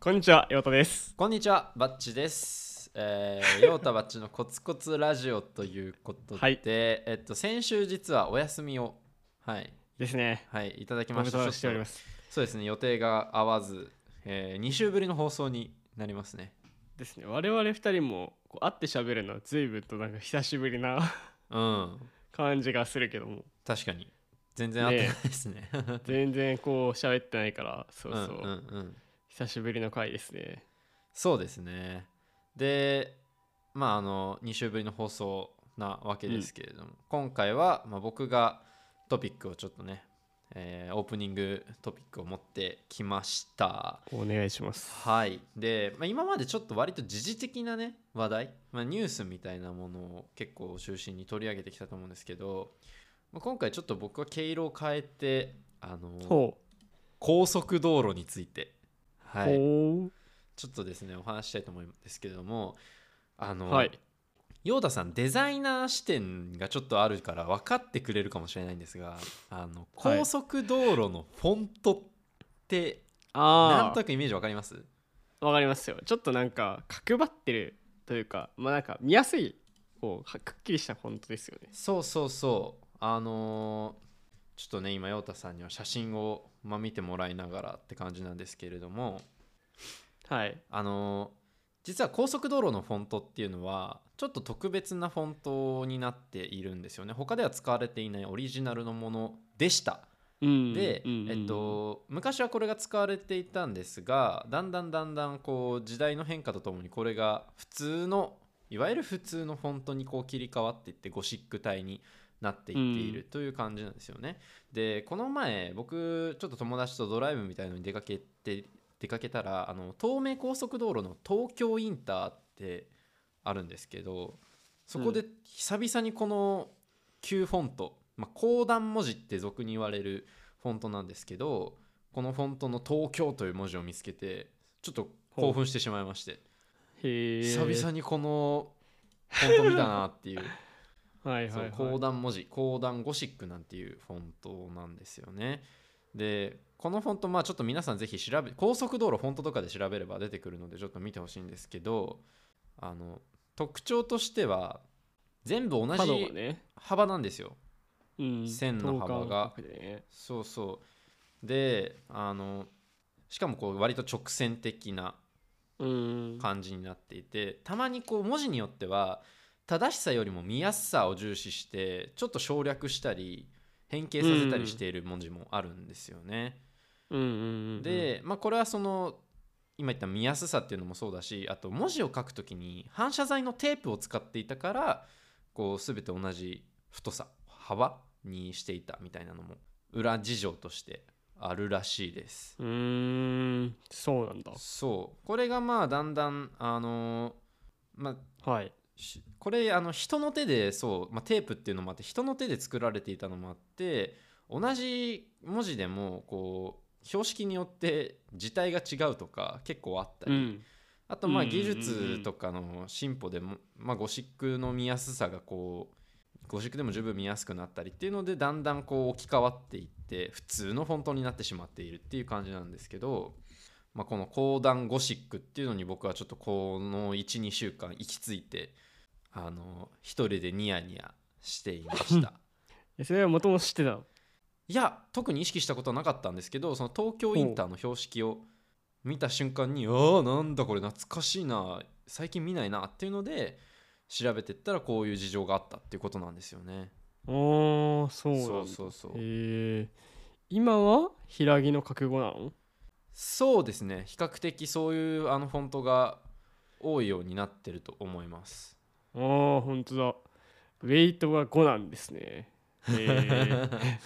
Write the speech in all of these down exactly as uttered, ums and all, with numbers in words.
こんにちは、ヨウタです。 こんにちは、バッチです。えー、ヨータバッチのコツコツラジオということで、 はいえっと、先週実はお休みを、はい、 ですね。 はい、いただきご無ました。 沙汰しております。 そうですね、予定が合わず、えー、に週ぶりの放送になりますね。 ですね。我々二人もこう会って喋るのは随分となんか久しぶりなうん、 感じがするけども。 確かに。全然合ってないですね。 全然こう喋ってないから、そうそう。 うんうんうん。 久しぶりの回ですね。 そうですね。で、まあ、あの、に週ぶりの放送なわけですけれども、うん、今回は、まあ、僕がトピックをちょっとね、えー、オープニングトピックを持ってきました。 お願いします。 はい。で、まあ、今までちょっと割と時事的なね、話題、まあ、ニュースみたいなものを結構中心に取り上げてきたと思うんですけど、まあ、今回ちょっと僕は毛色を変えて、あの高速道路について、はい、ちょっとですねお話したいと思うんですけれども、あの、 はい、 ヨーダさんデザイナー視点がちょっとあるから分かってくれるかもしれないんですが、あの高速道路のフォントってなんとなくイメージ分かります？ わかりますよ。ちょっとなんか角張ってるというか、まあなんか見やすいこうくっきりしたフォントですよね。 そうそうそう、あのー、ちょっとね今ヨータさんには写真を、まあ、見てもらいながらって感じなんですけれども、 はい、 あのー、実は高速道路のフォントっていうのはちょっと特別なフォントになっているんですよね。他では使われていないオリジナルのものでした。 うん、 で、 うんうんうん、 えっと、昔はこれが使われていたんですが、だんだんだんだんこう時代の変化とともにこれが普通のいわゆる普通のフォントにこう切り替わっていってゴシック体になっていっているという感じなんですよね。うん、でこの前僕ちょっと友達とドライブみたいのに出かけて出かけたら、あの東名高速道路の東京インターってあるんですけど、そこで久々にこの旧フォント、まあ、高段文字って俗に言われるフォントなんですけど、このフォントの東京という文字を見つけてちょっと興奮してしまいまして、 へ久々にこのフォント見たなっていうはいはい、はい、 高段文字、高段ゴシックなんていうフォントなんですよね。でこのフォント、まあちょっと皆さんぜひ調べ高速道路フォントとかで調べれば出てくるのでちょっと見てほしいんですけど、あの特徴としては全部同じ幅なんですよ、 うん、 線の幅が、 ね、 そうそうで、あのしかもこう割と直線的な感じになっていて、たまにこう文字によっては正しさよりも見やすさを重視してちょっと省略したり変形させたりしている文字もあるんですよね。 うんうんうんうん、 で、まあ、これはその今言った見やすさっていうのもそうだし、あと文字を書くときに反射材のテープを使っていたからこう全て同じ太さ幅にしていたみたいなのも裏事情としてあるらしいです。 うーん、そうなんだ。 そうこれがまあだんだんあのまあ、 はい、 これあの人の手でそう、まあ、テープっていうのもあって人の手で作られていたのもあって、同じ文字でもこう標識によって字体が違うとか結構あったり、うん、あとまあ技術とかの進歩でも、まあ、ゴシックの見やすさがこうゴシックでも十分見やすくなったりっていうのでだんだんこう置き換わっていって普通のフォントになってしまっているっていう感じなんですけど、まあ、この高段ゴシックっていうのに僕はちょっとこの いちにしゅうかん行き着いてあの一人でニヤニヤしていましたそれはもともと知ってたの？ いや特に意識したことはなかったんですけど、その東京インターの標識を見た瞬間にああなんだこれ懐かしいな最近見ないなっていうので調べてったらこういう事情があったっていうことなんですよね。 ああそうなんだ。そうそうそう。へえ。今は平木の覚悟なの？ そうですね、比較的そういうあのフォントが多いようになってると思います。 ああ本当だ、ウェイトがごなんですね。へえ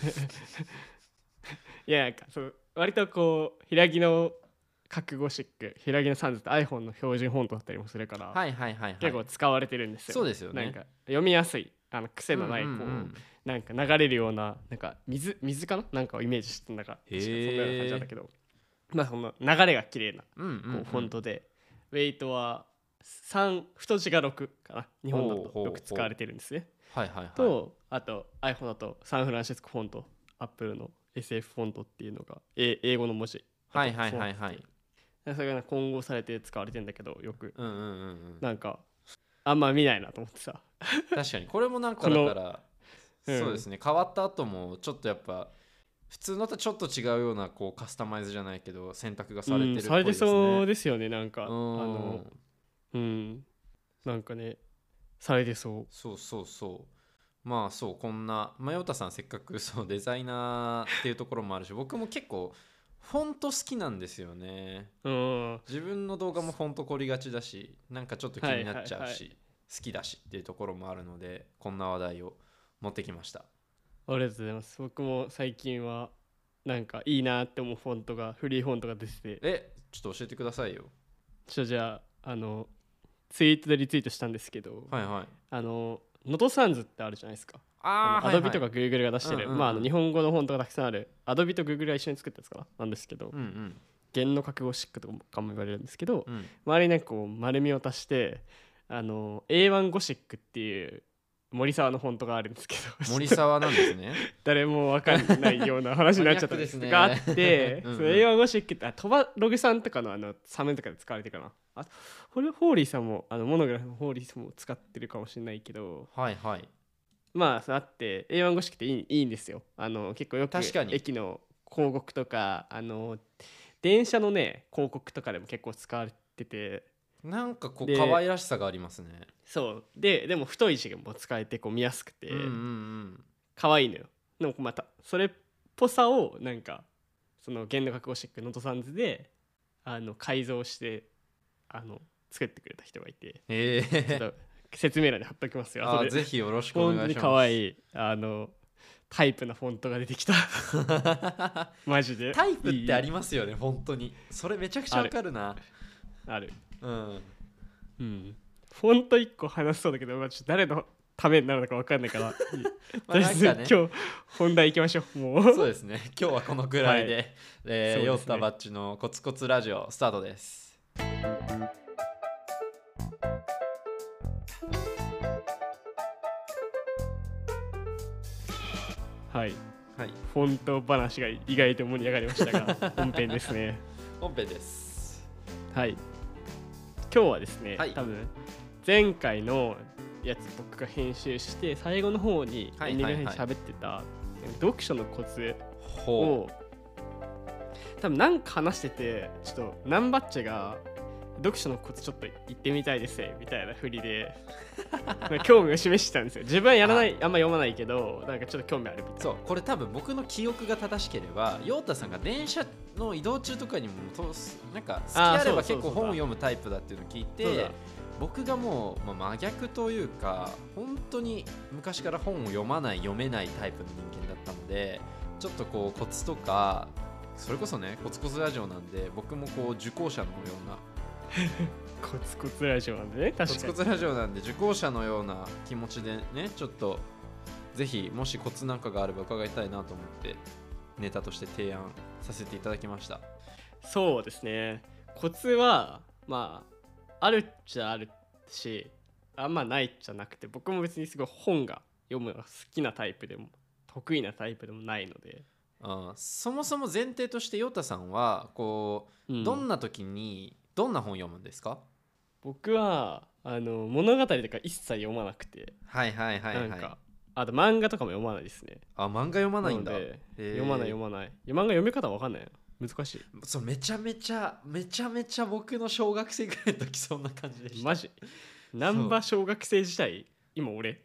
いやなんかそう割とこう平木の覚悟シック平木のサンズって iPhone の標準フォントだったりもするから、 はいはいはいはい、 結構使われてるんですよ。 そうですよね。 なんか読みやすいあの癖のないこう、うんうんうん、なんか流れるようななんか水水かななんかをイメージしてなんかそんなような感じなんだけど、まあその流れが綺麗なこうフォントで、ウェイトはさん太字がろくかな、日本だとろく使われてるんですね。 はいはいはい、 とあと iPhone だとサンフランシスコフォント、Apple の エスエフ フォントっていうのが英語の文字、 はいはいはいはい、 それが混合されて使われてんだけどよく、 うんうんうんうん、 なんかあんま見ないなと思ってさ確かにこれもなんかだから、うん、そうですね変わった後もちょっとやっぱ普通のとちょっと違うようなこうカスタマイズじゃないけど選択がされてるっぽいですね、うん、されてそうですよねなんか、 うん、あのうんなんかねされてそう。 そうそうそう。まあそうこんなマヨタさんせっかくそうデザイナーっていうところもあるし僕も結構フォント好きなんですよね。 うん、 自分の動画もフォント凝りがちだしなんかちょっと気になっちゃうし、はいはいはい、好きだしっていうところもあるのでこんな話題を持ってきました。 ありがとうございます。僕も最近はなんかいいなって思うフォントがフリーフォントが出てて、 えちょっと教えてくださいよ。 ちょじゃああのツイートでリツイートしたんですけど、 はいはい、 あのノートサンズってあるじゃないですか。 ああアドビとかグーグルが出してる、うんうんうん、まあ、あの日本語のフォントがたくさんあるアドビとグーグルが一緒に作ったやつかななんですけど、 うんうん、 弦の覚悟シックとかも言われるんですけど、 うん、 周りになんかこう丸みを足してあの エーワン ゴシックっていう森沢のフォントがあるんですけど森沢なんですね誰も分かんないような話になっちゃったんですがあってうん、うん、その エーワン ゴシックってトバログさんとか の, あのサムとかで使われてるかなあこれホーリーさんもあのモノグラフのホーリーさんも使ってるかもしれないけどはいはいまああって エーワン ゴシックっていい、いいんですよ。あの結構よく駅の広告とかあの電車のね広告とかでも結構使われててなんかこう可愛らしさがありますね。 そうででも太い字も使えてこう見やすくて、うんうんうん、可愛いのよ。でもまたそれっぽさをなんかその弦の覚悟シックノートサンズであの改造してあの作ってくれた人がいて、 えー、 ちょっと説明欄に貼っときますよ。 あぜひよろしくお願いします。 本当に可愛いあのタイプなフォントが出てきたマジでタイプってありますよね。本当にそれめちゃくちゃわかるな。 あるうん、 うん、フォントいっこ話しそうだけど、まあ、ちょっと誰のためになるのか分かんないからまあなんか、ね、今日本題いきましょう。もうそうですね今日はこのくらいで、はいえー、ヨッタバッチのコツコツラジオスタートです。 はい、はい、フォント話が意外と盛り上がりましたが本編ですね。 本編です。 はい今日はですね、はい、多分前回のやつ僕が編集して最後の方にエンディングの方に喋ってた読書のコツを多分なんか話しててちょっとナンバッチが読書のコツちょっと言ってみたいですみたいな振りで興味を示してたんですよ。自分はやらないあんま読まないけどなんかちょっと興味あるみたいな。 そうこれ多分僕の記憶が正しければ陽太さんが電車の移動中とかにもなんか好きあれば結構本を読むタイプだっていうのを聞いて僕がもう、まあ、真逆というか本当に昔から本を読まない読めないタイプの人間だったのでちょっとこうコツとかそれこそねコツコツラジオなんで僕もこう受講者のようなコツコツラジオなんでね確かにコツコツラジオなんで受講者のような気持ちでねちょっとぜひもしコツなんかがあれば伺いたいなと思ってネタとして提案させていただきました。 そうですねコツはまああるっちゃあるしあんまないっちゃなくて僕も別にすごい本が読むのが好きなタイプでも得意なタイプでもないのであそもそも前提としてヨタさんはこう、うん、どんな時にどんな本読むんですか？ 僕はあの物語とか一切読まなくてはいはいはいはい、なんかあと漫画とかも読まないですね。 あ漫画読まないんだ。 読まない読まない漫画読み方わかんないよ難しい。 そうめちゃめちゃめちゃめちゃ僕の小学生ぐらいの時そんな感じでした。 マジ難波小学生時代今俺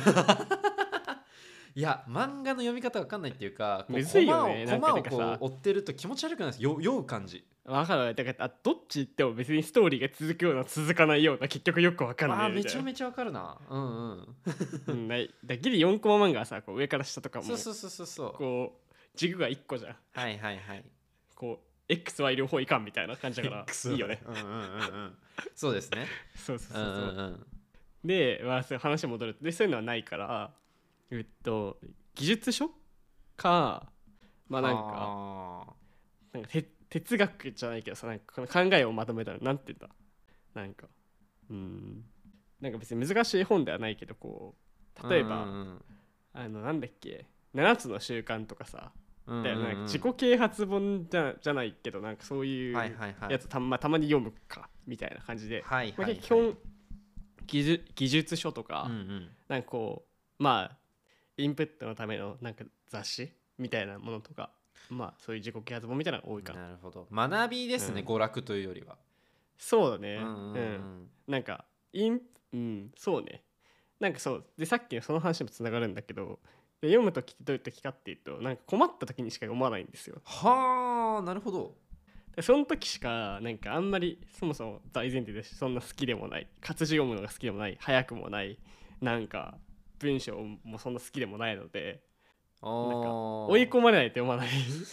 いや漫画の読み方わかんないっていうかむずいよね。 コマをこう追ってると気持ち悪くないですよ酔う感じ。 わかるだからどっち行っても別にストーリーが続くような続かないような結局よくわかんないみたいな。 めちゃめちゃわかるな。うんうんうん、だギリよんコマ漫画はさこう上から下とかもそうそうそうそうそうこう軸がいっこじゃん。 はいはいはいこう エックスワイ 両方いかんみたいな感じだからいいよね。 うんうんうんうんそうですねそうそうそうそう、うんうんうん、で、まあ、話戻るとでそういうのはないからえっと技術書かまあなんかなんかて哲学じゃないけどさなんかこの考えをまとめたらなんて言うんだなんかうんなんか別に難しい本ではないけどこう例えば、うんうんうん、あのなんだっけななつの習慣とかさうんうんうん、 だよなんか自己啓発本じゃ、じゃないけどなんかそういうはいはいはいやつた、まあ、たまに読むかみたいな感じで、 はいはいはい、 まあ、基本技術、技術書とか、 うんうん、 なんかこうまあインプットのためのなんか雑誌みたいなものとか、まあそういう自己啓発本みたいなのが多いかな。 なるほど、学びですね、 うん、 娯楽というよりは。 そうだね。 うんうんううんん、 なんかインうんそうね。なんかそうでさっきのその話にもつながるんだけど、で読む時ってどういう時かっていうとなんか困った時にしか読まないんですよ。 はあ、なるほど。 でその時しかなんかあんまりそもそも大前提だしそんな好きでもない活字読むのが好きでもない早くもないなんか文章もそんな好きでもないのであなんかー追い込まれないと読まない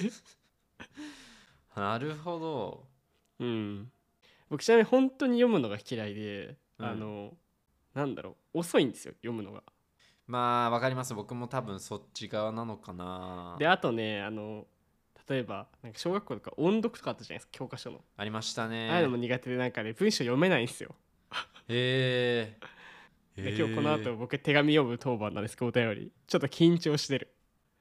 なるほど。 うん僕ちなみに本当に読むのが嫌いで、 うん、 あのなんだろう遅いんですよ読むのが。 まあわかります、僕も多分そっち側なのかな。 であとねあの例えばなんか小学校とか音読とかあったじゃないですか教科書の。 ありましたああいうのもね。 苦手でなんかね文章読めないんですよ。 へえ。 で今日この後僕手紙読む当番なんですけどお便りちょっと緊張してる。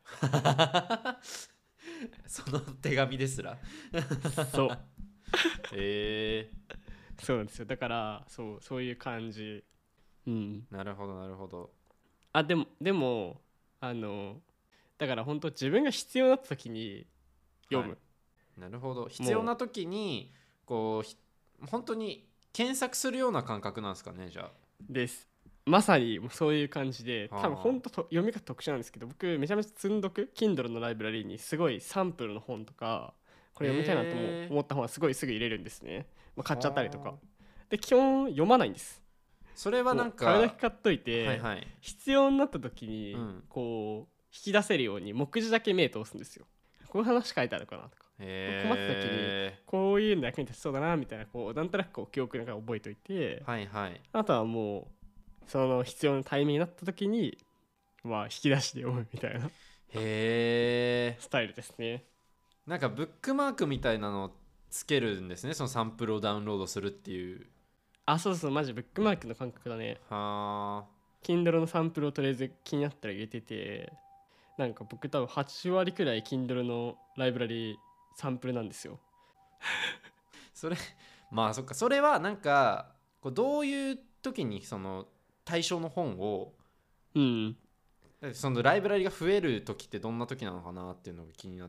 その手紙ですら。 そうへえ。 そうなんですよだからそうそういう感じ。うんなるほどなるほど。 あでもでもあのだから本当自分が必要になった時に読む、 はい、なるほど、必要な時にこう本当に検索するような感覚なんですかね、じゃですまさにもうそういう感じであ。 多分本当と読み方特殊なんですけど僕めちゃめちゃ積んどく Kindle のライブラリーにすごいサンプルの本とかこれ読みたいなともへー思った本はすごいすぐ入れるんですね、まあ、買っちゃったりとかはあで基本読まないんです。 それはなんか買うだけ買っといて、 はいはい、 必要になった時にうんこう引き出せるように目次だけ目通すんですよ。こういう話書いてあるかなとかへ困った時にえ。 こういうの役に立ちそうだなみたいなこうなんとなくこう記憶なんか覚えておいて、 はいはい。 あとはもうその必要なタイミングになった時にまあ引き出して読むみたいなへえ。 スタイルですね。 なんかブックマークみたいなのをつけるんですね、そのサンプルをダウンロードするっていう。 あそうそうマジブックマークの感覚だね。 はあ。 Kindle のサンプルをとりあえず気になったら入れててなんか僕多分はち割くらい Kindle のライブラリーサンプルなんですよ。 それまあそっか、それはなんかこうどういう時にその対象の本を、 うんそのライブラリが増える時ってどんな時なのかなっていうのが気になって、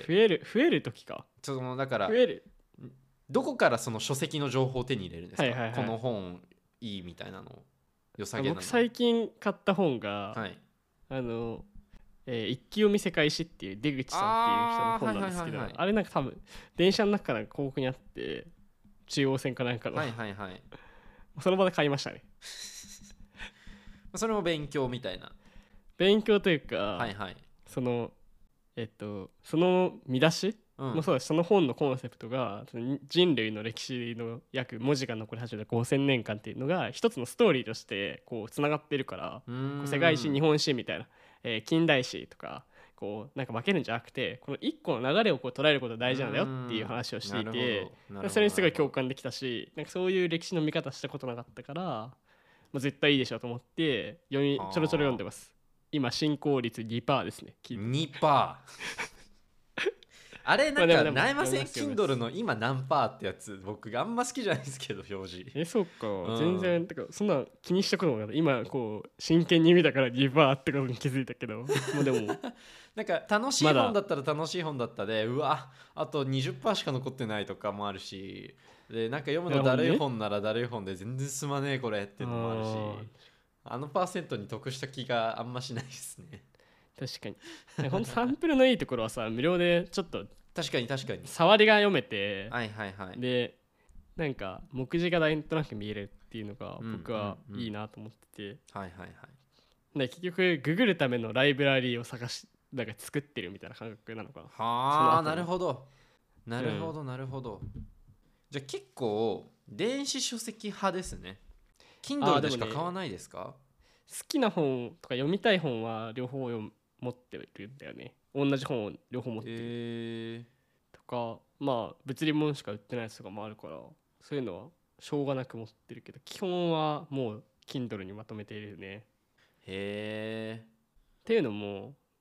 増える増える時かそのだから増えるどこからその書籍の情報を手に入れるんですか、 はいはいはいこの本いいみたいなのを良さげなの。 僕最近買った本が、 はい、 あの、えー一気読み世界史っていう出口さんっていう人の本なんですけど、 あーはいはいはいはいあれなんか多分電車の中から広告にあって中央線かなんかの、 はいはいはい。 その場で買いましたね。 それも勉強みたいな。 勉強というか、 はいはい。 そのえっとその見出しうんもそうだし、その本のコンセプトがその人類の歴史の約文字が残り始めたごせんねんかんっていうのが一つのストーリーとしてこうつながってるからうーん世界史日本史みたいな、えー近代史とかこうなんか分けるんじゃなくてこの一個の流れをこう捉えることが大事なんだよっていう話をしていなるてほどなるほどそれにすごい共感できたしなんかそういう歴史の見方したことなかったから、まあ、絶対いいでしょうと思って読みちょろちょろ読んでます。今進行率 にパーセント ですね。聞いてにパーセント あれなんかまあでもでも悩ません読みます Kindle の今何パーってやつ僕あんま好きじゃないですけど表示。 えそうか、 うん全然てかそんな気にしたこともなかった。今こう真剣に見たからにパーってことに気づいたけどもうでもなんか楽しいまだ本だったら楽しい本だったでうわあと にじゅっパーセント しか残ってないとかもあるし、でなんか読むのだるい本ならだるい本で全然進まねえこれっていうのもあるし、あのパーセントに得した気があんましないですね。 確かにほんとサンプルのいいところはさ無料でちょっと確かに確かに。 触りが読めて、 はいはいはい。 でなんか目次がなんとなく見えるっていうのがうん僕はうんうんいいなと思ってて、 はいはいはい。 で結局ググるためのライブラリーを探しなんか作ってるみたいな感覚なのかな。そのはあ後のなるほどなるほどなるほど、じゃあ結構電子書籍派ですね。 あ Kindle ーでもねでしか買わないですか？ 好きな本とか読みたい本は両方読む持ってるんだよね。同じ本を両方持ってるへえ。 とか、まあ物理物しか売ってないやつとかもあるからそういうのはしょうがなく持ってるけど基本はもう Kindle にまとめているね。 へえ。 っていうのも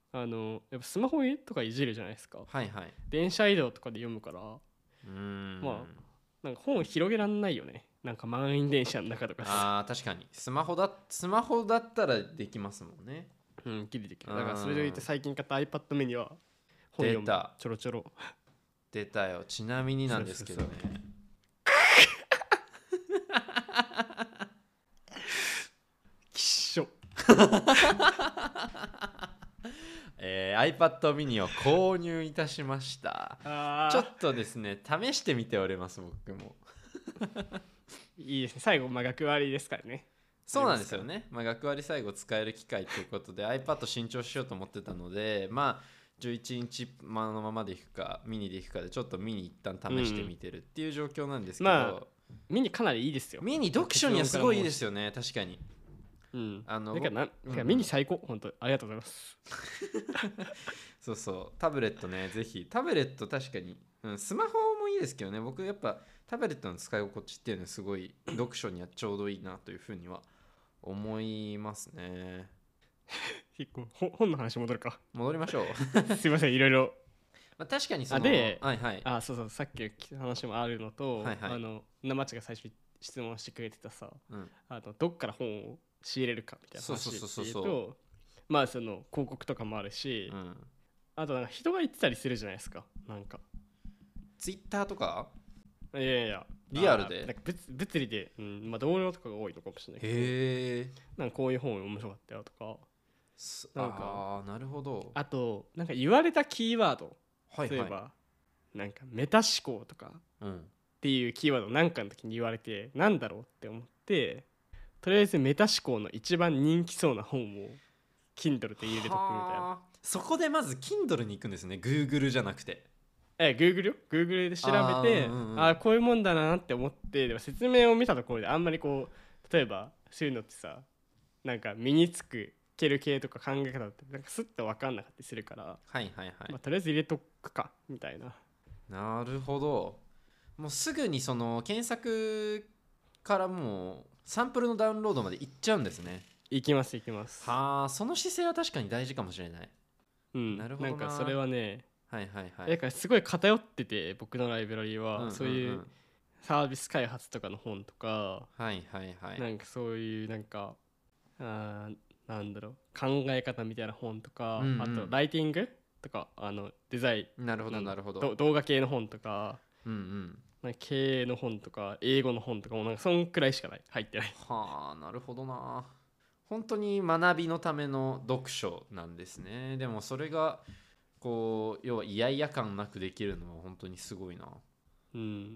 あのやっぱスマホとかいじるじゃないですか。 はいはい。 電車移動とかで読むから、 うーんまあなんか本を広げらんないよね。なんか満員電車の中とかさ。 あー確かにスマホだスマホだったらできますもんね。 うん、ギリできる。だからそれでいて最近買った iPad mini は本読む出たちょろちょろ。 出たよ。ちなみになんですけどね。 そうきっしょ。 えー iPad mini を購入いたしました。 あちょっとですね試してみております僕も。 いいですね。最後、まあ、学割ですからね。 そうなんですよね。まあ、学割最後使える機会ということで iPad 新調しようと思ってたので、まあじゅういちインチのままでいくかミニでいくかでちょっとミニ一旦試してみてるっていう状況なんですけど、 まあミニかなりいいですよ。 ミニ読書にはすごいいいですよね。確かに。 うん、 あのだからな僕だからミニ最高、本当ありがとうございます。 そうそうタブレットねぜひタブレット確かに、うん、スマホもいいですけどね僕やっぱタブレットの使い心地っていうのはすごい読書にはちょうどいいなというふうには思いますね。 結構ほ本の話戻るか。 戻りましょう。 すいません、いろいろ。 まあ確かにそのあではいはいあそうそうさっきの話もあるのと、 はいはいあの生地が最初に質問してくれてたさ、 うんあのどっから本を仕入れるかみたいな話そうそうそうでそう言うと、まあその広告とかもあるし、 うんあとなんか人が言ってたりするじゃないですか。なんかツイッターとかいやいやリアルであなんか物物理で、うんまあ、同僚とかが多いのかもしれないけど、 へえなんかこういう本面白かったよとか、なんかあーなるほどあとなんか言われたキーワード、 はいはい例えばなんかメタ思考とかっうんていうキーワード何かの時に言われてなんだろうって思って、とりあえずメタ思考の一番人気そうな本を Kindle で入れておくみたいな。 はあそこでまず Kindle に行くんですね Google じゃなくて。 え Google よ Google で調べてあーうんうんあーこういうもんだなって思って、でも説明を見たところであんまりこう例えばそういうのってさなんか身につくける系とか考え方ってなんかスッと分かんなかったりするから、 はいはいはい、 まあ、とりあえず入れとくかみたいな。 なるほど。もうすぐにその検索からもうサンプルのダウンロードまで行っちゃうんですね。 いきますいきます。 はあその姿勢は確かに大事かもしれない。 うん、 なるほどな。 んかそれはね、 はいはいはい。 だからすごい偏ってて僕のライブラリーは、 うんうんうんそういうサービス開発とかの本とか、 はいはいはいなんかそういうなんかあーなんだろう考え方みたいな本とか、 うんうんあとライティングとかあのデザインなるほどなるほど。 動画系の本とか、 うんうんなんか経営の本とか英語の本とかもなんかそんくらいしかない入ってない。 はあなるほどな。本当に学びのための読書なんですね。でもそれがこう要は嫌々感なくできるのは本当にすごいな。 うん、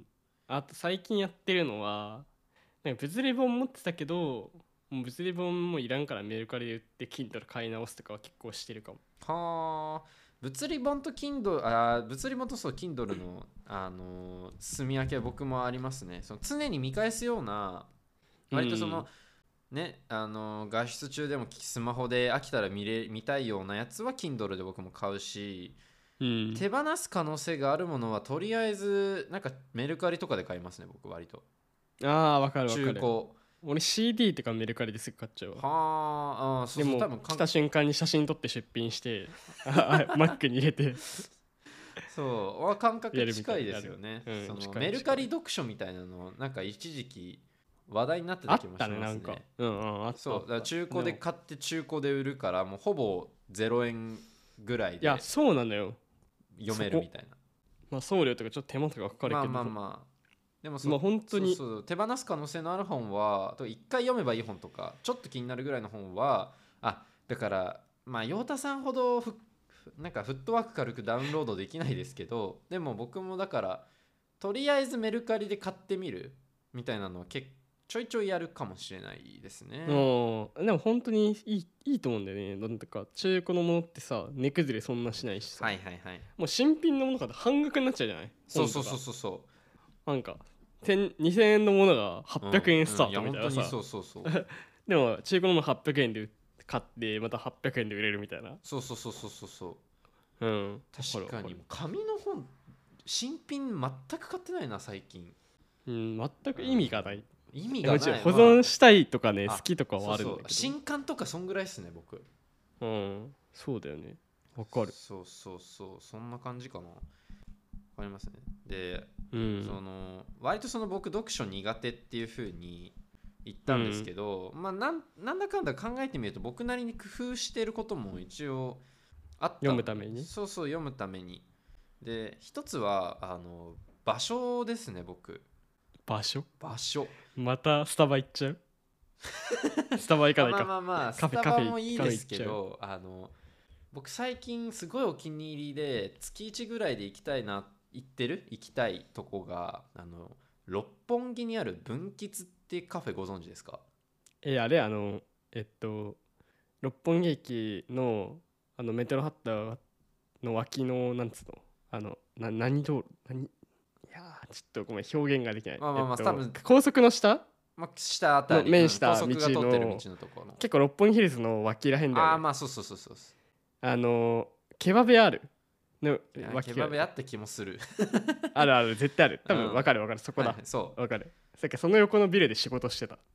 あと最近やってるのはなんか物理本持ってたけどもう物理本もいらんからメルカリで売って Kindle 買い直すとかは結構してるかも。 はあ物理本と Kindle あー物理本とそう Kindle の、あのー住み分けは僕もありますね。その常に見返すような割とその、ねあのー外出中でもスマホで飽きたら見れ見たいようなやつは Kindle で僕も買うし、 うん、 手放す可能性があるものはとりあえずなんかメルカリとかで買いますね僕割と。 ああわかるわかる。 中古俺 シーディー とかメルカリですぐ買っちゃうわ。 はああーそうでもそう多分来た瞬間に写真撮って出品してああ Mac に入れてそうは感覚やるみたい近いですよね、 うんその近いメルカリ読書みたいなのなんか一時期話題になってあった気もしますね。 たねなんかうんうんあった。 そうだから中古で買って中古で売るからもうほぼゼロえんぐらいでいやそうなのよ。 読めるみたいな。 まあ送料とかちょっと手間とかかかるけど、 まあまあまあでもそ,、 まあ本当にそうそう手放す可能性のある本は一回読めばいい本とかちょっと気になるぐらいの本はあだからまあ陽太さんほどふなんかフットワーク軽くダウンロードできないですけどでも僕もだからとりあえずメルカリで買ってみるみたいなのは結ちょいちょいやるかもしれないですね。 うんでも本当にいいいいと思うんだよね。なんだか中古のものってさ値崩れそんなしないしさ、 はいはいはいもう新品のものから半額になっちゃうじゃない。 そうそうそううそうそうなんかにせんえんのものがはっぴゃくえんスタートみたいなさ、 うんうん、いや本当にそうそうそうでも中古のものはっぴゃくえんで買ってまたはっぴゃくえんで売れるみたいな。 そうそうそうそうそうそううん確かに紙の本新品全く買ってないな最近。 うん全く意味がない。 意味がない保存したいとかね、 まあ好きとかはあるんだけどそうそう新刊とかそんぐらいっすね僕。 うんそうだよね。 わかる。 そうそうそうそんな感じかな。わかりますね。で、 うん、 その割とその僕読書苦手っていう風に言ったんですけど、うん、まあなんなんだかんだ考えてみると僕なりに工夫してることも一応あった。 読むために。 そうそう読むために。で一つはあの場所ですね。僕場所場所またスタバ行っちゃうスタバ行かないか。 まあまあまあスカフェタバもいいですけカフェど、あの僕最近すごいお気に入りで月いちぐらいで行きたいな行ってる行きたいとこがあの六本木にある文吉ってカフェご存知ですか？ えあれあのえっと六本木駅のあのメトロハッタの脇のなんつうのあのな何道路何いやーちょっとごめん表現ができない。 まあまあまあ、 えっと多分高速の下まあ、下あたりの面したうん高速が通ってる道のところの結構六本木ヒルズの脇らへんだよね。 ああまあそうそうそうそうあのケバブ屋あるのいや脇ケバブあった気もするあるある絶対ある多分うん分かる分かるそこだ、 はいそう分かる。さっきその横のビルで仕事してた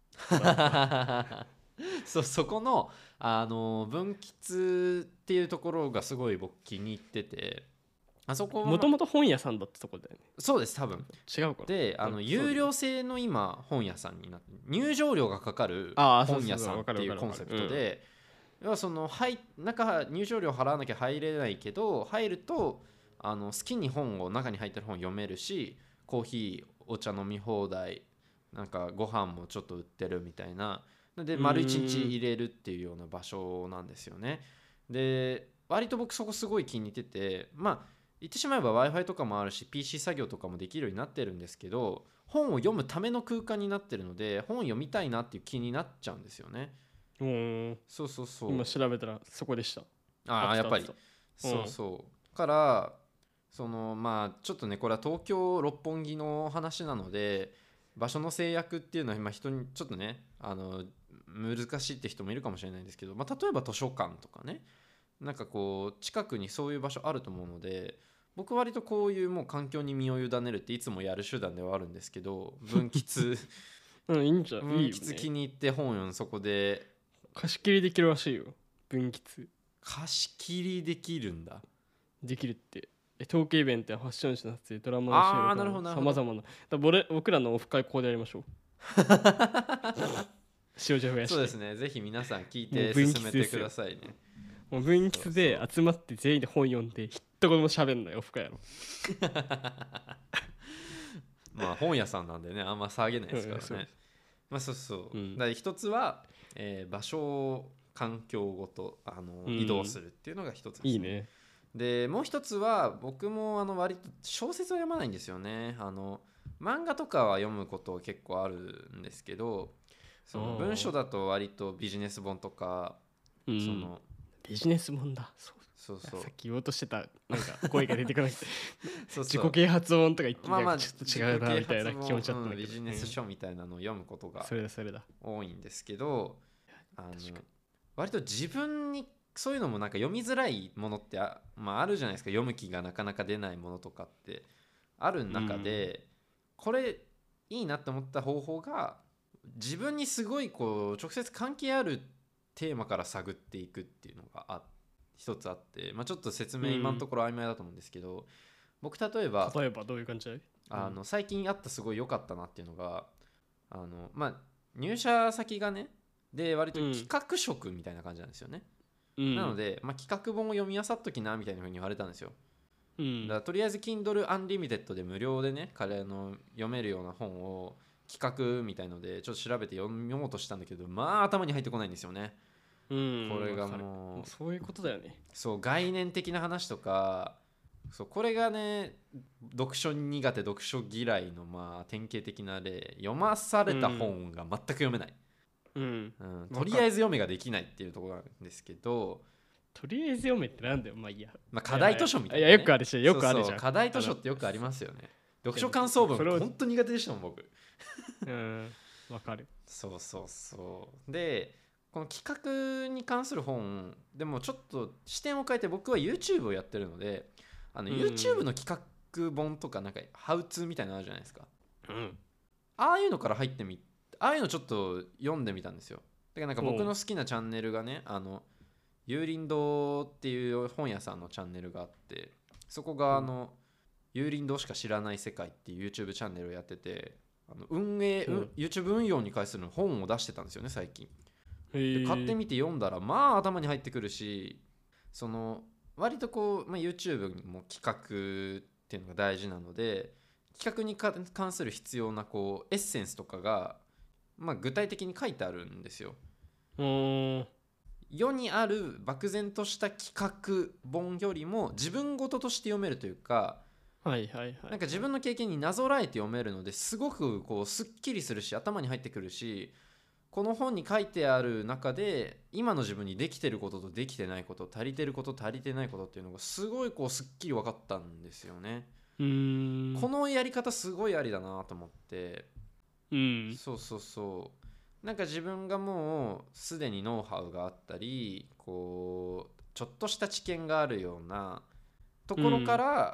そうそこの、あの文吉っていうところがすごい僕気に入ってて、あそこはもともと本屋さんだったとこだよね。 そうです多分違うかな。 であのうん有料制の今本屋さんになって入場料がかかるあーそうそうそう本屋さんっていうわかるわかるコンセプトで、要はその入中入場料払わなきゃ入れないけど入るとあの好きに本を中に入ってる本読めるし、コーヒーお茶飲み放題なんかご飯もちょっと売ってるみたいなで丸一日入れるっていうような場所なんですよね。で割と僕そこすごい気に入ってて、まあ言ってしまえば Wi-Fi とかもあるし ピーシー 作業とかもできるようになってるんですけど、本を読むための空間になってるので本を読みたいなっていう気になっちゃうんですよね。 うーんそうそうそう。 今調べたらそこでした。 ああやっぱりあったあったそうそうからそのまあちょっとねこれは東京六本木の話なので場所の制約っていうのは今人にちょっとねあの難しいって人もいるかもしれないんですけど、まあ、例えば図書館とかねなんかこう近くにそういう場所あると思うので、僕割とこういうもう環境に身を委ねるっていつもやる手段ではあるんですけど、文吉うんいいんじゃんいい文よ吉気ね。 に入って本読んそこで貸し切りできるらしいよ分吉。 貸し切りできるんだ。 できるってえトークイベントやファッション誌の撮影ドラマあーなるのほどなるほど収録さまざまなだから僕ら僕らのオフ会ここでやりましょう塩じゃ増やして。 そうですねぜひ皆さん聞いもうて進めて文吉ですよくださいね。 もう分吉で集まって全員で本読んで一言も喋んないオフ会やろ。 まあ本屋さんなんでねあんま騒げないですからうんそうね。まあそうそう、 うんだから一つは、えー場所環境ごとあの、 うん移動するっていうのが一つです、ね、 いいね。 でもう一つは僕もあの割と小説は読まないんですよね。あの漫画とかは読むこと結構あるんですけど、その文章だと割とビジネス本とか、 うんそのビジネス本だそうそうそうさっき言おうとしてたなんか声が出てこなくてそうそう自己啓発本とか言ってまあまあちょっと違うなみたいな気持ちだったんだけど、 うんビジネス書みたいなのを読むことがそれだそれだ。 多いんですけど、あの確かに割と自分にそういうのもなんか読みづらいものってあ,、まあ、あるじゃないですか。読む気がなかなか出ないものとかってある中で、これいいなって思った方法が自分にすごいこう直接関係あるテーマから探っていくっていうのがあ一つあって、まあ、ちょっと説明今のところ曖昧だと思うんですけど、僕例えば例えばどういう感じだい？ あの最近あったすごい良かったなっていうのがあの、まあ、入社先がねで割と企画職みたいな感じなんですよね、 うん、 なので、まあ、企画本を読み漁っときなみたいな風に言われたんですよ、 うん、 だからとりあえず Kindle Unlimited で無料でね彼の読めるような本を企画みたいのでちょっと調べて読もうとしたんだけど、まあ頭に入ってこないんですよね、 うん、 これがももうそういうことだよね。 そう概念的な話とかそうこれがね読書苦手読書嫌いのまあ典型的な例、読まされた本が全く読めない、 うん、 うん、とりあえず読めができないっていうところなんですけど、 とりあえず読めってなんだよ。まあいいや、 まあ、課題図書みたいな、ね、 いやよくあるしよくあるじゃん。 そうそう課題図書ってよくありますよね。読書感想文本当苦手でしたもん僕。 うんわかる。 そうそうそうでこの企画に関する本でもちょっと視点を変えて僕は YouTube をやってるのであの YouTube の企画本とかなんかハウツーみたいなのあるじゃないですか、 うん、 ああいうのから入ってみああいうのちょっと読んでみたんですよ。だからなんか僕の好きなチャンネルがねあの有林堂っていう本屋さんのチャンネルがあって、そこがあの、うん、有林堂しか知らない世界っていう YouTube チャンネルをやってて、あの運営、うん、YouTube 運用に関する本を出してたんですよね最近。で買ってみて読んだらまあ頭に入ってくるし、その割とこう、まあ、YouTube にも企画っていうのが大事なので、企画に関する必要なこうエッセンスとかが、まあ、具体的に書いてあるんですよ。 うーん世にある漠然とした企画本よりも自分事として読めるというか、 はいはいはい、 なんか自分の経験になぞらえて読めるのですごくこうすっきりするし頭に入ってくるし、この本に書いてある中で今の自分にできてることとできてないこと、足りてること足りてないことっていうのがすごいこうすっきり分かったんですよね。 うーんこのやり方すごいありだなと思って、 うん、 そうそうそう、なんか自分がもうすでにノウハウがあったり、こうちょっとした知見があるようなところから、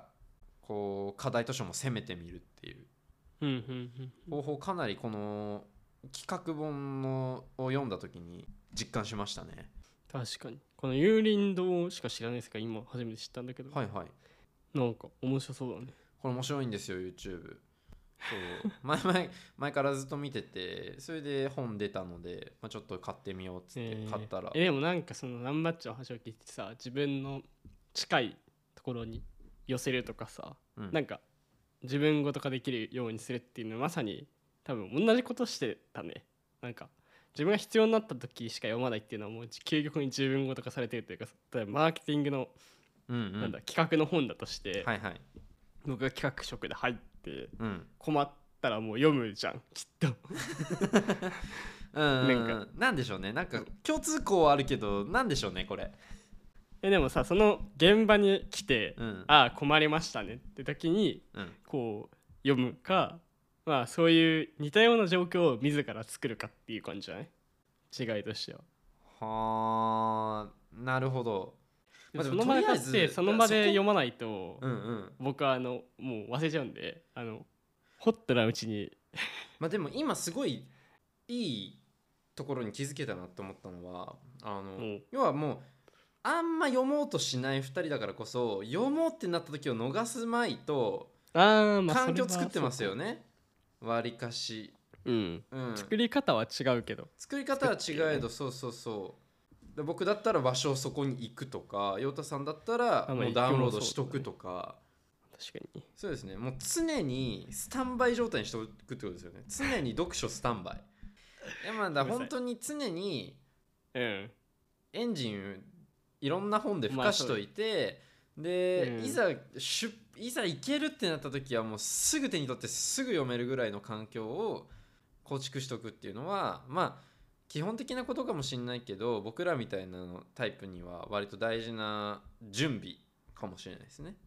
うん、こう課題図書も攻めてみるっていう、 うんうんうん、 方法かなりこの企画本のを読んだ時に実感しましたね。 確かにこの有林堂しか知らないですか、今初めて知ったんだけど、 はいはい、 なんか面白そうだね。 これ面白いんですよ YouTube。 そう前々前からずっと見てて、それで本出たので、まあ、ちょっと買ってみようっつって買ったら、 えー、えでもなんかそのナンバッチの話を聞いてさ、自分の近いところに寄せるとかさ、うん、なんか自分ごと化できるようにするっていうのはまさに多分同じことしてたね。なんか自分が必要になった時しか読まないっていうのはもう究極に自分ごと化されてるというか、例えばマーケティングの、うんうん、なんだ企画の本だとして、 はいはい、 僕が企画職で入って、 うん、 困ったらもう読むじゃんきっとうんなんかなんでしょうね、なんか共通項はあるけどなんでしょうねこれ。 えでもさ、その現場に来て、うん、ああ困りましたねって時に、うん、こう読むか、まあそういう似たような状況を自ら作るかっていう感じじゃない？違いとしては。 はあ、なるほど。 まあ、その場で買ってその場で読まないと、 うんうん、 僕はあのもう忘れちゃうんで、あのほったらうちにまあでも今すごいいいところに気づけたなと思ったのは、あの、うん、要はもうあんま読もうとしないふたりだからこそ、読もうってなった時を逃すまいと環境作ってますよね。わりかし、 うんうん、作り方は違うけど作り方は違えど、そうそうそう、で僕だったら場所そこに行くとか、陽太さんだったらもうダウンロードしとくとか、 確かにそうですね、もう常にスタンバイ状態にしておくってことですよね。常に読書スタンバイいやまあだ本当に常にエンジンいろんな本で付加しといて、まあで、うん、いざしゅいざ行けるってなった時はもうすぐ手に取ってすぐ読めるぐらいの環境を構築しとくっていうのは、まあ基本的なことかもしれないけど、僕らみたいなタイプには割と大事な準備かもしれないですね。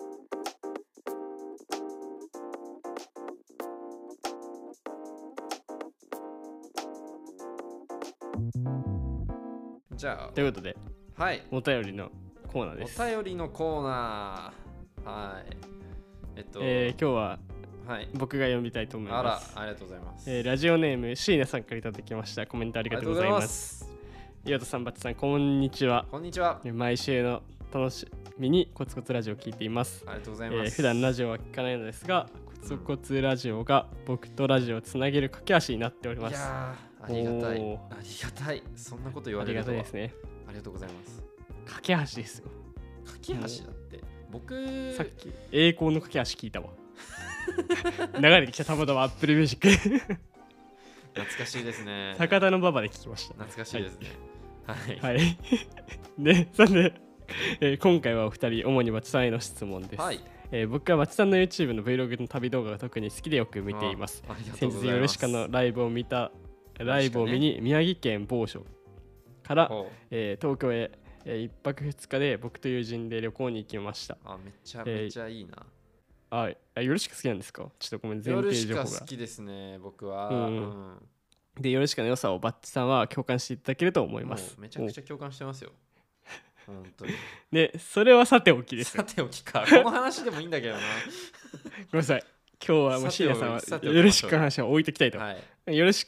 じゃあということで、 はい、 お便りのコーナーです。 お便りのコーナー、はい、えっと、 えー、今日は僕が読みたいと思います。 あら、ありがとうございます。 えー、ラジオネーム椎名さんからいただきました。コメントありがとうございます。岩田さん、バッチさん、こんにちは。 こんにちは。 毎週の楽しみにコツコツラジオを聞いています。 ありがとうございます。 えー、普段ラジオは聞かないのですが、コツコツラジオが僕とラジオをつなげる架け橋になっております。いやありがたい、ありがたい、そんなこと言われるとは。 ありがたいですね。 ありがとうございます。 架け橋ですよ。 架け橋だって僕さっき栄光の架け橋聞いたわ流れてきたたまたまアップルミュージック懐かしいですね。 高田の馬場で聞きました。 懐かしいですね。はい、 はいはい、でそれで、えー、今回はお二人主にバチさんへの質問です。はい、えー、僕はバチさんの YouTube の Vlog の旅動画が特に好きでよく見ています。先日ヨルシカのライブを見たライブを見に宮城県某所から、えー、東京へ、えー、いっぱくふつかで僕と友人で旅行に行きました。 あ、めっちゃめっちゃいいな。 ああ、ヨルシカ好きなんですか？ちょっとごめん、前提情報が。 ヨルシカ好きですね、僕は。 うんうん、で、ヨルシカの良さをバッチさんは共感していただけると思います。 めちゃくちゃ共感してますよ。本当に。 で、それはさておきです。 さておきか。この話でもいいんだけどな。 ごめんなさい。今日はもうシーナさんはヨルシカの話を置いておきたいと。はい、ヨルシカ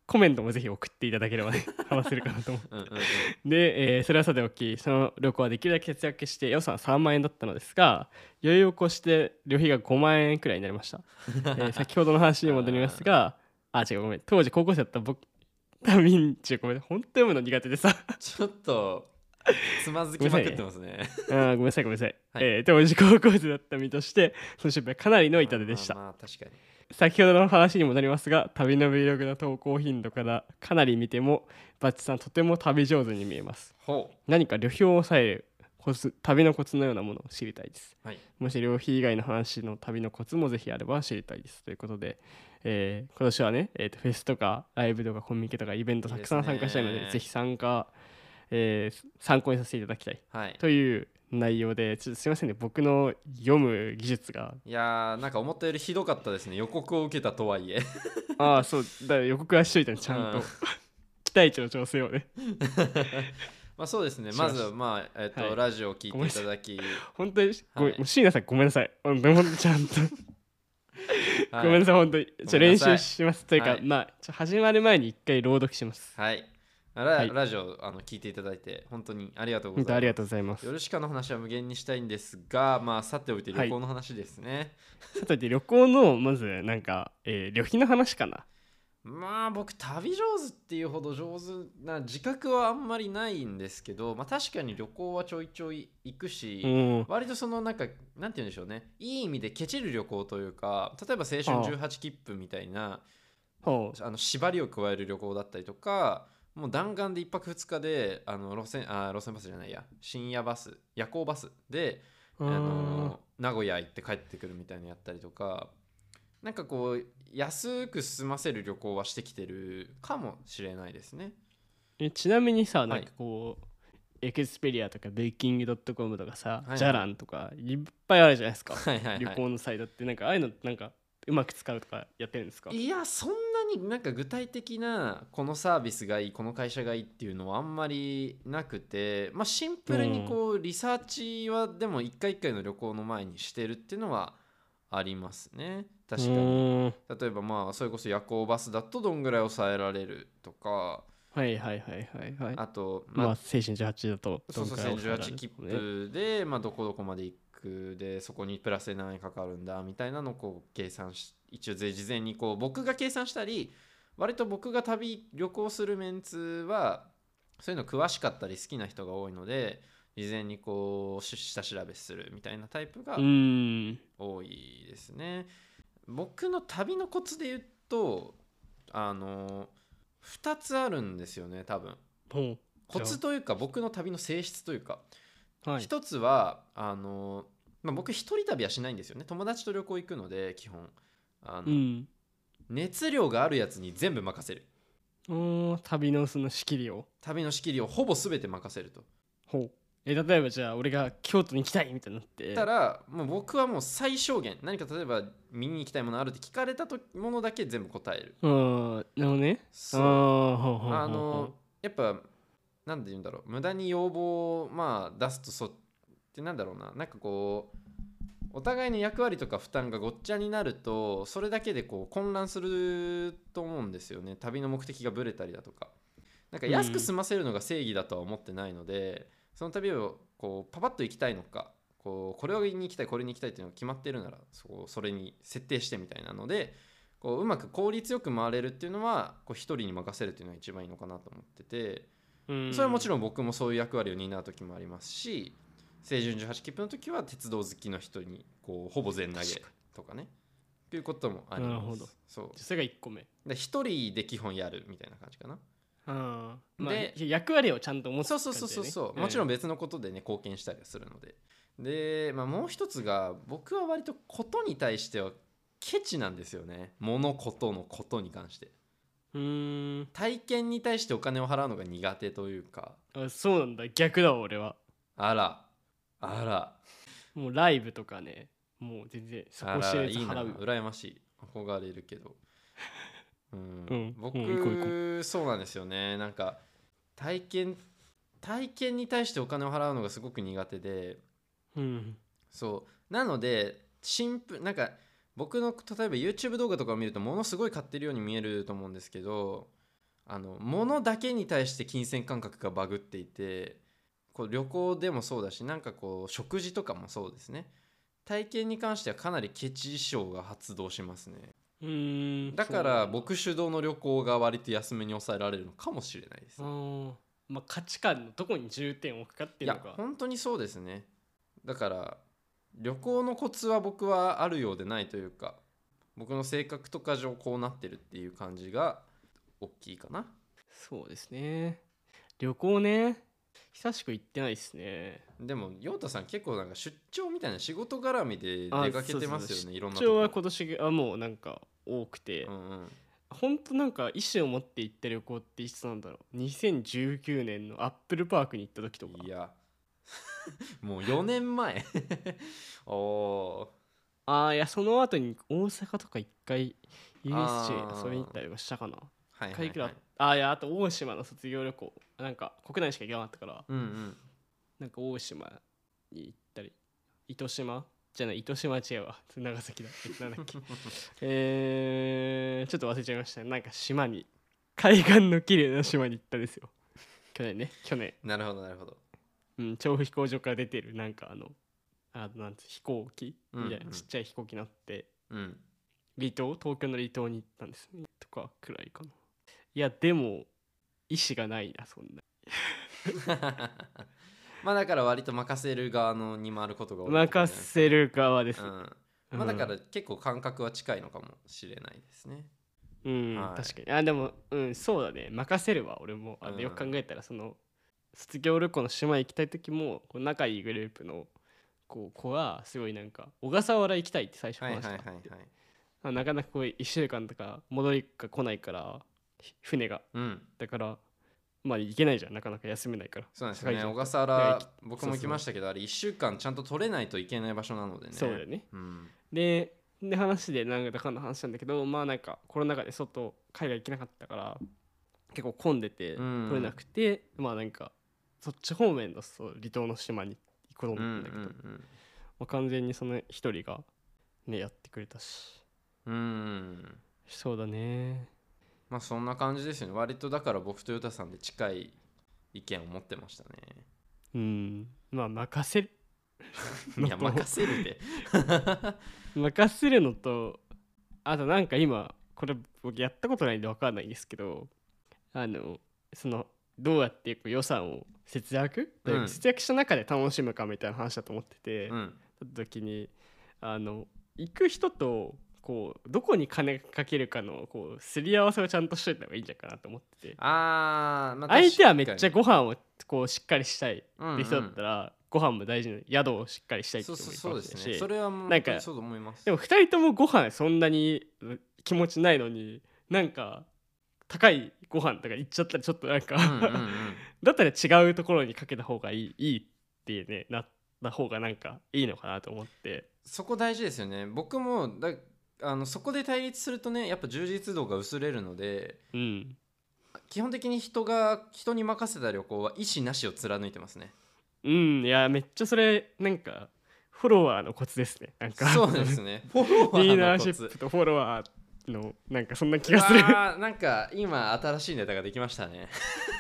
コメントもぜひ送っていただければね話せるかなと思ううんうんうんで、えーそれはさておき、その旅行はできるだけ節約して予算さんまん円だったのですが、余裕を越して旅費がごまん円くらいになりました、えー先ほどの話に戻りますが、あ違うごめん、当時高校生だった僕旅んちゅごめん本当読むの苦手でさちょっとつまずきまくってますねあーごめんなさいごめんなさい、 はいえー当時高校生だった身としてその失敗はかなりの痛手でした、 まあまあまあ確かに先ほどの話に戻りますが、旅の Vlog の投稿頻度からかなり見てもバッチさんとても旅上手に見えます。 ほ何か旅費を抑えるコツ、旅のコツのようなものを知りたいです。 うはいもし旅費以外の話の旅のコツもぜひあれば知りたいですということで、えー今年はね、えーとフェスとかライブとかコミュニケとかイベントたくさん参加したいので、 いいですねぜひ参加、えー参考にさせていただきたいはいという内容で、ちょっとすいませんね、僕の読む技術がいやーなんか思ったよりひどかったですね予告を受けたとはいえああそうだから予告はしといたねちゃんと、 うん期待値の調整をねまあそうですねしましまずはまあえっ、と、 はいラジオを聞いていただき、 本当にごめん、 はいもう椎名さんごめんなさい本当に本当にちゃんとはい、 ごめんなさい本当にちょごめんなさい練習しますというか、 はいまあちょ始まる前に一回朗読しますはいラ,、 はいラジオあの聞いていただいて本当にありがとうございます本当ありがとうございますヨルシカの話は無限にしたいんですがまあさておいて旅行の話ですね、 さてで旅行のまずなんか、えー旅費の話かなまあ僕旅上手っていうほど上手な自覚はあんまりないんですけど、まあ、確かに旅行はちょいちょい行くし、 うん割とそのなんかなんて言うんでしょうねいい意味でケチる旅行というか例えば青春じゅうはち切符みたいなほあの縛りを加える旅行だったりとかもう弾丸でいっぱくふつかであの路線あ路線バスじゃないや深夜バス夜行バスでうあの名古屋行って帰ってくるみたいなのやったりとかなんかこう安く済ませる旅行はしてきてるかもしれないですね。 えちなみにさいなんかこう、エクスペリアとかベイキングドットコムとかさ、 はいはいジャランとかいっぱいあるじゃないですか、 はいはいはい旅行のサイトってなんかああいうのなんかうまく使うとかやってるんですかいやそんなになんか具体的なこのサービスがいいこの会社がいいっていうのはあんまりなくて、まあ、シンプルにこうリサーチはでも一回一回の旅行の前にしてるっていうのはありますね確かに。 うーん例えばまあそれこそ夜行バスだとどんぐらい抑えられるとかはいはいはいはいはいあとまあ、 まあ青春じゅうはちだとそうそうどんくらいじゅうはち切符で、まあ、どこどこまで行くでそこにプラスで何円かかるんだみたいなのをこう計算し一応事前にこう僕が計算したり割と僕が旅旅行するメンツはそういうの詳しかったり好きな人が多いので事前にこう下調べするみたいなタイプがうーん多いですね。僕の旅のコツで言うとあのふたつあるんですよね多分。 ほうコツというか僕の旅の性質というかはい一つはあの、まあ、僕一人旅はしないんですよね友達と旅行行くので基本あの、 うん熱量があるやつに全部任せるうーん旅のその仕切りを旅の仕切りをほぼ全て任せるとほうえ例えばじゃあ俺が京都に行きたいみたいになってたらもう僕はもう最小限何か例えば見に行きたいものあるって聞かれたとものだけ全部答えるうんなるほどねそうあーほうほうほうほうあのやっぱなんて言うんだろう無駄に要望をまあ出すとそってなんだろうななんかこうお互いの役割とか負担がごっちゃになるとそれだけでこう混乱すると思うんですよね旅の目的がぶれたりだとかなんか安く済ませるのが正義だとは思ってないので、その旅をこうパパッと行きたいのかこうこれをに行きたいこれに行きたいっていうのが決まっているならそうそれに設定してみたいなのでこううまく効率よく回れるっていうのはこう一人に任せるっていうのが一番いいのかなと思っててうんそれはもちろん僕もそういう役割を担う時もありますし青春じゅうはち切符の時は鉄道好きの人にこうほぼ全投げとかねっていうこともあります。 なるほどそうそれがいっこめで一人で基本やるみたいな感じかな。 あーまあで役割をちゃんと持つそうそうそうそうそう、もちろん別のことでね貢献したりはするのでで、まあ、もう一つが僕は割とことに対してはケチなんですよね物事のことに関してうーん体験に対してお金を払うのが苦手というかあそうなんだ逆だわ俺はあらあらもうライブとかねもう全然そあこしてらいいなるやつ払う羨ましい憧れるけど、うんうん僕、 うん行こう行こそうなんですよねなんか体験体験に対してお金を払うのがすごく苦手でうんそうなのでシンプルなんか僕の例えば YouTube 動画とかを見るとものすごい買ってるように見えると思うんですけどあの物だけに対して金銭感覚がバグっていて、こう旅行でもそうだし、なんかこう食事とかもそうですね。体験に関してはかなりケチ性が発動しますね。 うーんだから僕主導の旅行が割と安めに抑えられるのかもしれないです、ね。 あ、まあ、価値観のどこに重点を置くかっていうのが。 いや本当にそうですね。だから旅行のコツは僕はあるようでないというか、僕の性格とか上こうなってるっていう感じが大きいかな。 そうですね。旅行ね、久しく行ってないですね。 でも陽太さん結構なんか出張みたいな仕事絡みで出かけてますよね。いろんなとこ。 出張は今年はもうなんか多くて、 うんうん、 ほんとなんか意思を持って行った旅行っていつなんだろう。にせんじゅうきゅうねんのアップルパークに行った時とか。 いやもうよねんまえおー、 ああ、いやその後に大阪とか一回 ユーエスジェーあー遊びに行ったりはしたかな。 はいはい一回くらいはい、 ああ、いやあと大島の卒業旅行、なんか国内しか行かなかったから、 うんうん、 なんか大島に行ったり、糸島じゃない、糸島は違うわ、長崎だ。なんだっけえー、ちょっと忘れちゃいましたね。なんか島に、海岸の綺麗な島に行ったんですよ。去年ね、去年。 なるほどなるほど。 うん、調布飛行場から出てるなんかあの、あなんつ飛行機みたいな、 うんうんちっちゃい飛行機乗って、 うん離島、東京の離島に行ったんですね。とかくらいかな。いや、でも、意思がないな、そんな。 まあだから割と任せる側のに回ることが多い、 任せる側です。 うん、まあだから結構感覚は近いのかもしれないですね。 うん、 はい、 確かに。あ、でも、うん、そうだね。任せるわ、俺も。あの、よく考えたら、その、卒業旅行の島行きたい時も、こう仲いいグループのこう子が、すごいなんか、小笠原行きたいって最初はい話したはいはいはい。 あなかなかこういっしゅうかんとか戻りが来ないから船がうん、 だからまあ行けないじゃん、なかなか休めないから。 そうなんですよね。 高いじゃん小笠いや原いき僕も行きましたけど、あれいっしゅうかんちゃんと取れないといけない場所なのでね。 そうだよね。 うんでで話でなんだかんだ話したんだけど、まあなんかコロナ禍で外海外行けなかったから結構混んでてうん取れなくて、まあなんかそっち方面のそう離島の島に行こうとうん思ったんだけど、 うんまあ、完全にその一人がねやってくれたし。 うんうんそうだね。 まあそんな感じですよね。割とだから僕とヨタさんで近い意見を持ってましたね。 うんまあ任せるいや任せるで任せるのと、あとなんか今これ僕やったことないんで分かんないんですけど、あのそのどうやってこう予算を節約、 うん、 節約した中で楽しむかみたいな話だと思ってて、 うん、 た時にあの行く人とこうどこに金かけるかのこうすり合わせをちゃんとしといた方がいいんじゃないかなと思ってて、 あー、まあ、 相手はめっちゃ確ご飯をこうしっかりしたいかにって人だったら、ご飯も大事な宿をしっかりしたいってそう人もいるかもしれないし、 そうそうですね。それはもうなんか本当にそうと思います。 でもふたりともご飯そんなに気持ちないのになんか高いご飯とか行っちゃったらちょっとなんか、 うんうんうんだったら違うところにかけた方がいいいいってねなった方がなんかいいのかなと思って。 そこ大事ですよね。僕もだあのそこで対立するとね、やっぱ充実度が薄れるので、 うん、 基本的に人が人に任せた旅行は意思なしを貫いてますね。 うん、いやめっちゃそれなんかフォロワーのコツですね。なんかそうですね。フォロワリーーのコツダーシップとフォロワーのなんかそんな気がする。 なんか今新しいネタができましたね。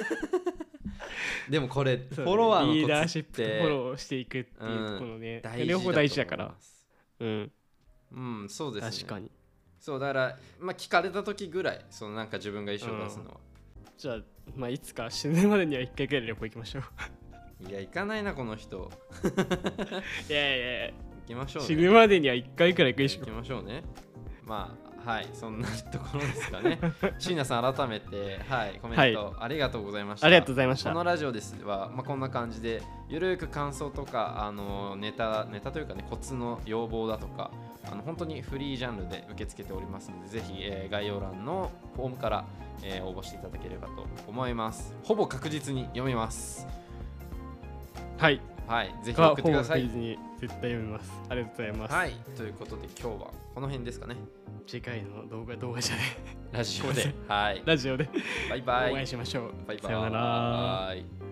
でもこれフォロワーのコツってリーダーシップとフォローしていくっていうところね、 うん、 両方大事だからうん、 うん、そうですね。 確かに。 そうだから、まあ、聞かれた時ぐらいそのなんか自分が意思を出すのは、 うん、じゃあ、まあ、いつか死ぬまでにはいっかいぐらい旅行行きましょう。 いや行かないなこの人。 いやいやいや行きましょうね。 死ぬまでにはいっかいくらい行くでしょ。 行きましょうね。まあはいそんなところですかね。椎名さん改めて、はい、コメントありがとうございました。 ありがとうございました。 このラジオですは、まあ、こんな感じでゆるく感想とかあのネタネタというかねコツの要望だとかあの本当にフリージャンルで受け付けておりますので、ぜひ、えー、概要欄のフォームから、えー、応募していただければと思います。ほぼ確実に読みます。 はい、 はい、ぜひ送ってください。 に絶対読みます。ありがとうございます。 はい、ということで今日はこの辺ですかね。 次回の動画動画じゃねラジオで、はい、 ラジオでバイバイ。 お会いしましょう。 バイバイ。 さようなら。